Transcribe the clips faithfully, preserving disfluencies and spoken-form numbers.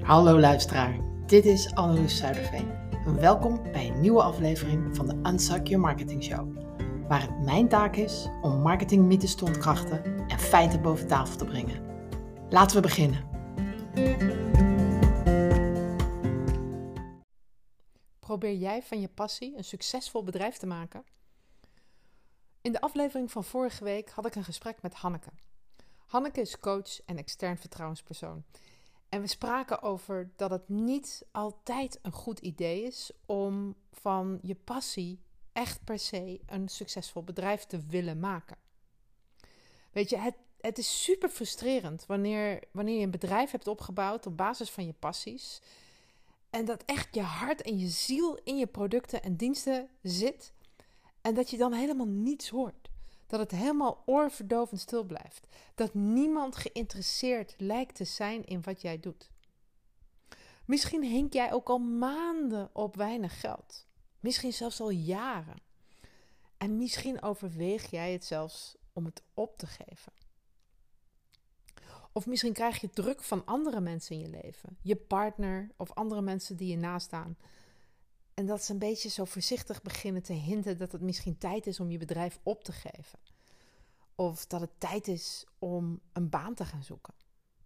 Hallo luisteraar, dit is Anneloes Zuiderveen. Welkom bij een nieuwe aflevering van de Unsuck Your Marketing Show. Waar het mijn taak is om marketingmythes te ontkrachten en feiten boven tafel te brengen. Laten we beginnen. Probeer jij van je passie een succesvol bedrijf te maken? In de aflevering van vorige week had ik een gesprek met Hanneke. Hanneke is coach en extern vertrouwenspersoon. En we spraken over dat het niet altijd een goed idee is om van je passie echt per se een succesvol bedrijf te willen maken. Weet je, het, het is super frustrerend wanneer, wanneer je een bedrijf hebt opgebouwd op basis van je passies. En dat echt je hart en je ziel in je producten en diensten zit. En dat je dan helemaal niets hoort. Dat het helemaal oorverdovend stil blijft. Dat niemand geïnteresseerd lijkt te zijn in wat jij doet. Misschien hink jij ook al maanden op weinig geld. Misschien zelfs al jaren. En misschien overweeg jij het zelfs om het op te geven. Of misschien krijg je druk van andere mensen in je leven. Je partner of andere mensen die je nastaan. En dat ze een beetje zo voorzichtig beginnen te hinten dat het misschien tijd is om je bedrijf op te geven. Of dat het tijd is om een baan te gaan zoeken.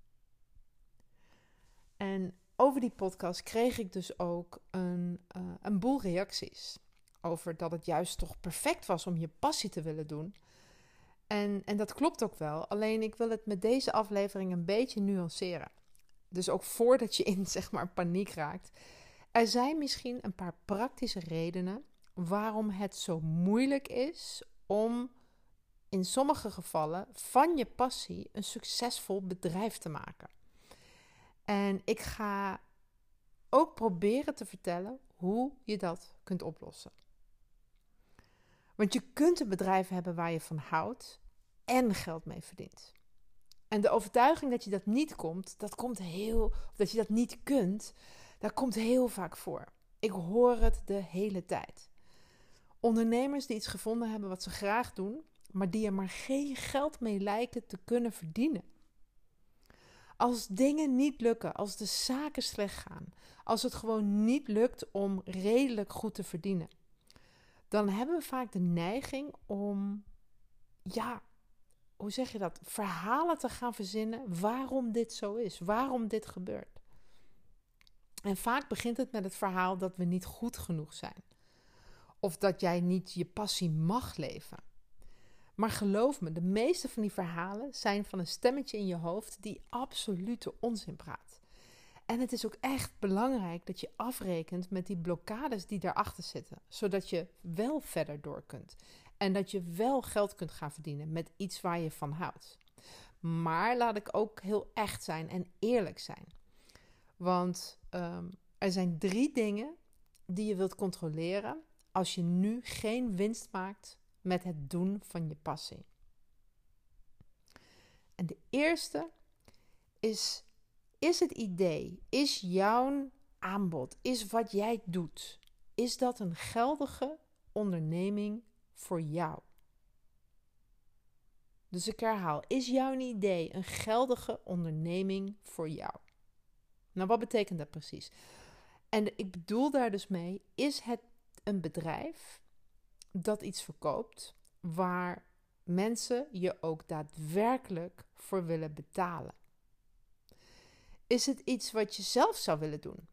En over die podcast kreeg ik dus ook een, uh, een boel reacties. Over dat het juist toch perfect was om je passie te willen doen. En, en dat klopt ook wel. Alleen ik wil het met deze aflevering een beetje nuanceren. Dus ook voordat je in zeg maar paniek raakt. Er zijn misschien een paar praktische redenen waarom het zo moeilijk is om in sommige gevallen van je passie een succesvol bedrijf te maken. En ik ga ook proberen te vertellen hoe je dat kunt oplossen. Want je kunt een bedrijf hebben waar je van houdt en geld mee verdient. En de overtuiging dat je dat niet komt, dat komt heel, of dat je dat niet kunt, dat komt heel vaak voor. Ik hoor het de hele tijd. Ondernemers die iets gevonden hebben wat ze graag doen, maar die er maar geen geld mee lijken te kunnen verdienen. Als dingen niet lukken, als de zaken slecht gaan, als het gewoon niet lukt om redelijk goed te verdienen, dan hebben we vaak de neiging om, ja, hoe zeg je dat, verhalen te gaan verzinnen waarom dit zo is, waarom dit gebeurt. En vaak begint het met het verhaal dat we niet goed genoeg zijn. Of dat jij niet je passie mag leven. Maar geloof me, de meeste van die verhalen zijn van een stemmetje in je hoofd die absolute onzin praat. En het is ook echt belangrijk dat je afrekent met die blokkades die daarachter zitten. Zodat je wel verder door kunt. En dat je wel geld kunt gaan verdienen met iets waar je van houdt. Maar laat ik ook heel echt zijn en eerlijk zijn. Want um, er zijn drie dingen die je wilt controleren als je nu geen winst maakt met het doen van je passie. En de eerste is, is het idee, is jouw aanbod, is wat jij doet, is dat een geldige onderneming voor jou? Dus ik herhaal, is jouw idee een geldige onderneming voor jou? Nou, wat betekent dat precies? En ik bedoel daar dus mee, is het een bedrijf dat iets verkoopt waar mensen je ook daadwerkelijk voor willen betalen? Is het iets wat je zelf zou willen doen?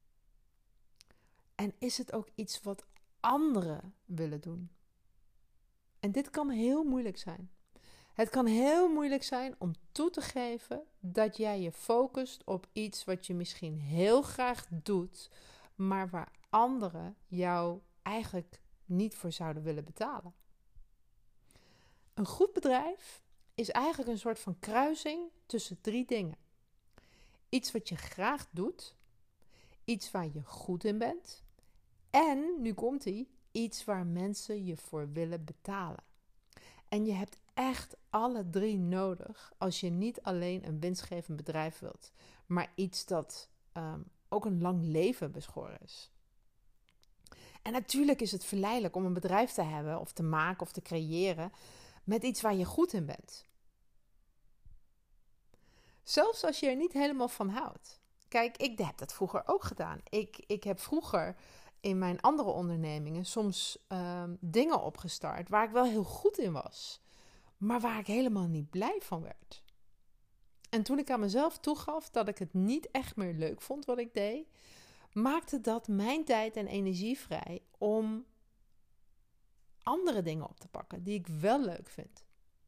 En is het ook iets wat anderen willen doen? En dit kan heel moeilijk zijn. Het kan heel moeilijk zijn om toe te geven dat jij je focust op iets wat je misschien heel graag doet, maar waar anderen jou eigenlijk niet voor zouden willen betalen. Een goed bedrijf is eigenlijk een soort van kruising tussen drie dingen. Iets wat je graag doet, iets waar je goed in bent en, nu komt ie, iets waar mensen je voor willen betalen. En je hebt echt alle drie nodig als je niet alleen een winstgevend bedrijf wilt, maar iets dat um, ook een lang leven beschoren is. En natuurlijk is het verleidelijk om een bedrijf te hebben of te maken of te creëren met iets waar je goed in bent. Zelfs als je er niet helemaal van houdt. Kijk, ik heb dat vroeger ook gedaan. Ik, ik heb vroeger in mijn andere ondernemingen soms um, dingen opgestart waar ik wel heel goed in was, maar waar ik helemaal niet blij van werd. En toen ik aan mezelf toegaf dat ik het niet echt meer leuk vond wat ik deed, maakte dat mijn tijd en energie vrij om andere dingen op te pakken die ik wel leuk vind.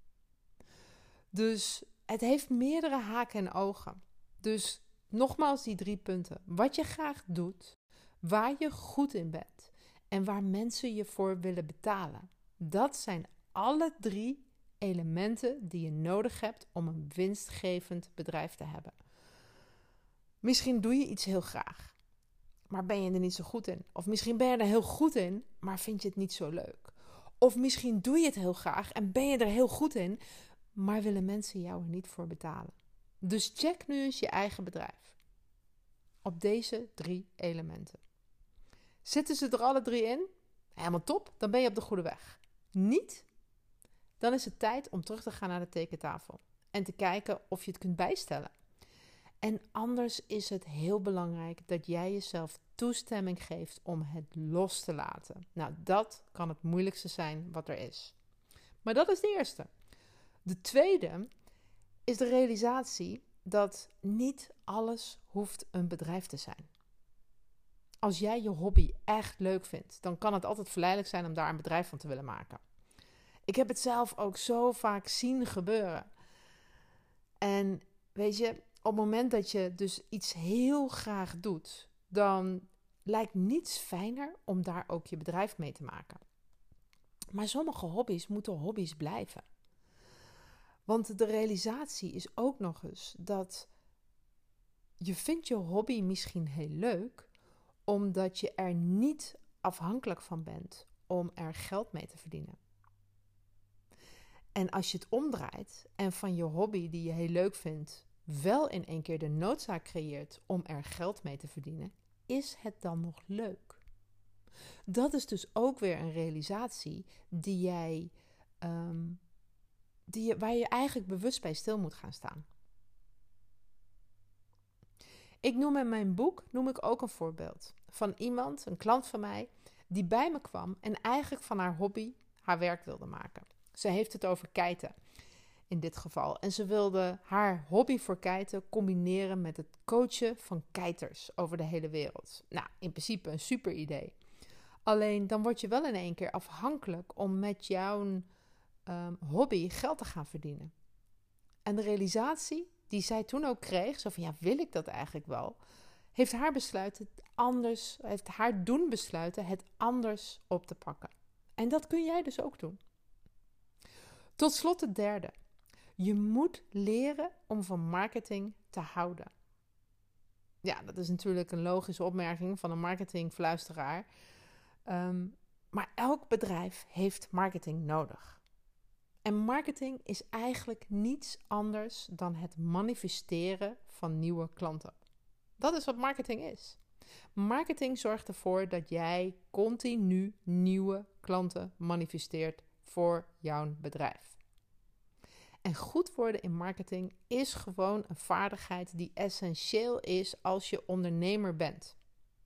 Dus het heeft meerdere haken en ogen. Dus nogmaals die drie punten. Wat je graag doet, waar je goed in bent en waar mensen je voor willen betalen. Dat zijn alle drie elementen die je nodig hebt om een winstgevend bedrijf te hebben. Misschien doe je iets heel graag, maar ben je er niet zo goed in. Of misschien ben je er heel goed in, maar vind je het niet zo leuk. Of misschien doe je het heel graag en ben je er heel goed in, maar willen mensen jou er niet voor betalen. Dus check nu eens je eigen bedrijf. Op deze drie elementen. Zitten ze er alle drie in? Helemaal top, dan ben je op de goede weg. Niet? Dan is het tijd om terug te gaan naar de tekentafel. En te kijken of je het kunt bijstellen. En anders is het heel belangrijk dat jij jezelf toestemming geeft om het los te laten. Nou, dat kan het moeilijkste zijn wat er is. Maar dat is de eerste. De tweede is de realisatie dat niet alles hoeft een bedrijf te zijn. Als jij je hobby echt leuk vindt, dan kan het altijd verleidelijk zijn om daar een bedrijf van te willen maken. Ik heb het zelf ook zo vaak zien gebeuren. En weet je, op het moment dat je dus iets heel graag doet, dan lijkt niets fijner om daar ook je bedrijf mee te maken. Maar sommige hobby's moeten hobby's blijven. Want de realisatie is ook nog eens dat je vindt je hobby misschien heel leuk, omdat je er niet afhankelijk van bent om er geld mee te verdienen. En als je het omdraait en van je hobby die je heel leuk vindt, wel in één keer de noodzaak creëert om er geld mee te verdienen, is het dan nog leuk? Dat is dus ook weer een realisatie die jij, um, die je, waar je eigenlijk bewust bij stil moet gaan staan. Ik noem in mijn boek noem ik ook een voorbeeld van iemand, een klant van mij, die bij me kwam en eigenlijk van haar hobby haar werk wilde maken. Ze heeft het over kiten in dit geval. En ze wilde haar hobby voor kiten combineren met het coachen van kiters over de hele wereld. Nou, in principe een super idee. Alleen dan word je wel in één keer afhankelijk om met jouw um, hobby geld te gaan verdienen. En de realisatie die zij toen ook kreeg, zo van ja, wil ik dat eigenlijk wel, heeft haar besluiten het anders, heeft haar doen besluiten het anders op te pakken. En dat kun jij dus ook doen. Tot slot het derde. Je moet leren om van marketing te houden. Ja, dat is natuurlijk een logische opmerking van een marketingfluisteraar. Um, maar elk bedrijf heeft marketing nodig. En marketing is eigenlijk niets anders dan het manifesteren van nieuwe klanten. Dat is wat marketing is. Marketing zorgt ervoor dat jij continu nieuwe klanten manifesteert voor jouw bedrijf. En goed worden in marketing is gewoon een vaardigheid die essentieel is als je ondernemer bent.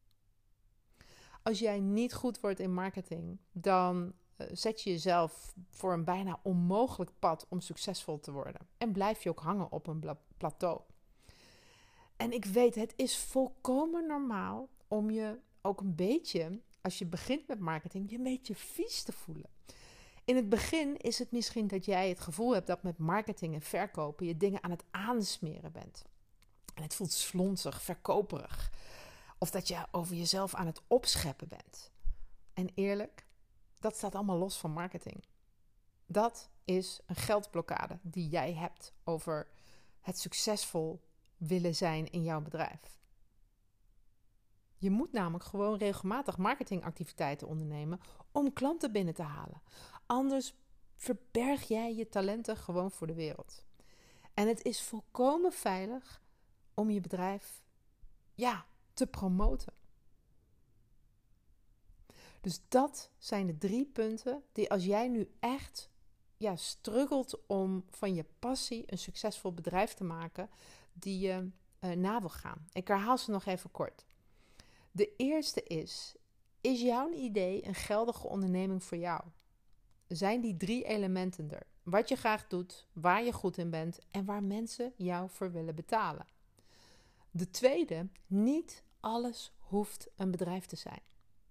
Als jij niet goed wordt in marketing, dan uh, zet je jezelf voor een bijna onmogelijk pad om succesvol te worden. En blijf je ook hangen op een bla- plateau. En ik weet, het is volkomen normaal om je ook een beetje, als je begint met marketing, je een beetje vies te voelen. In het begin is het misschien dat jij het gevoel hebt dat met marketing en verkopen je dingen aan het aansmeren bent. En het voelt slonzig, verkoperig. Of dat je over jezelf aan het opscheppen bent. En eerlijk, dat staat allemaal los van marketing. Dat is een geldblokkade die jij hebt over het succesvol willen zijn in jouw bedrijf. Je moet namelijk gewoon regelmatig marketingactiviteiten ondernemen om klanten binnen te halen. Anders verberg jij je talenten gewoon voor de wereld. En het is volkomen veilig om je bedrijf ja, te promoten. Dus dat zijn de drie punten die als jij nu echt ja, struggelt om van je passie een succesvol bedrijf te maken, die je uh, na wil gaan. Ik herhaal ze nog even kort. De eerste is, is jouw idee een geldige onderneming voor jou? Zijn die drie elementen er? Wat je graag doet, waar je goed in bent en waar mensen jou voor willen betalen. De tweede, niet alles hoeft een bedrijf te zijn.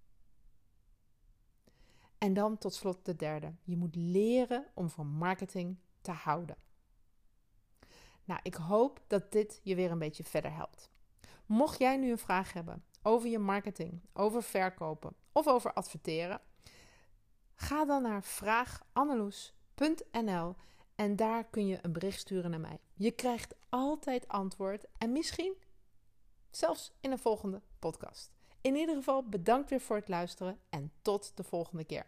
En dan tot slot de derde. Je moet leren om van marketing te houden. Nou, ik hoop dat dit je weer een beetje verder helpt. Mocht jij nu een vraag hebben over je marketing, over verkopen of over adverteren, ga dan naar vraag anneloes punt n l en daar kun je een bericht sturen naar mij. Je krijgt altijd antwoord en misschien zelfs in een volgende podcast. In ieder geval bedankt weer voor het luisteren en tot de volgende keer.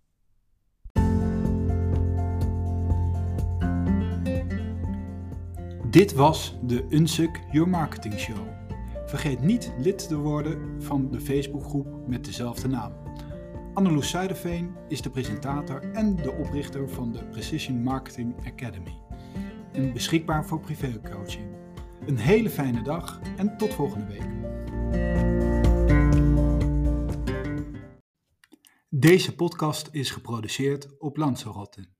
Dit was de Unsuck Your Marketing Show. Vergeet niet lid te worden van de Facebookgroep met dezelfde naam. Anneloes Zuiderveen is de presentator en de oprichter van de Precision Marketing Academy. En beschikbaar voor privécoaching. Een hele fijne dag en tot volgende week. Deze podcast is geproduceerd op Lanzarote.